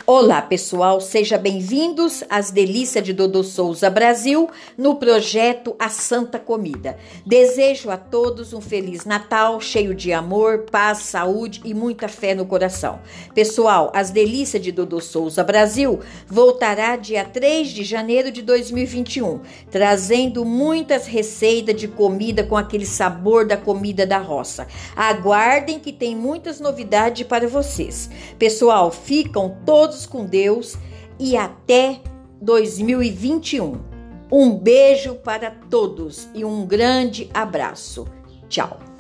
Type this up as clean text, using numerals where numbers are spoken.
Olá, pessoal, sejam bem-vindos às Delícias de Dodô Souza Brasil no projeto A Santa Comida. Desejo a todos um Feliz Natal, cheio de amor, paz, saúde e muita fé no coração. Pessoal, as Delícias de Dodô Souza Brasil voltará dia 3 de janeiro de 2021, trazendo muitas receitas de comida com aquele sabor da comida da roça. Aguardem que tem muitas novidades para vocês. Pessoal, ficam todos com Deus e até 2021. Um beijo para todos e um grande abraço. Tchau.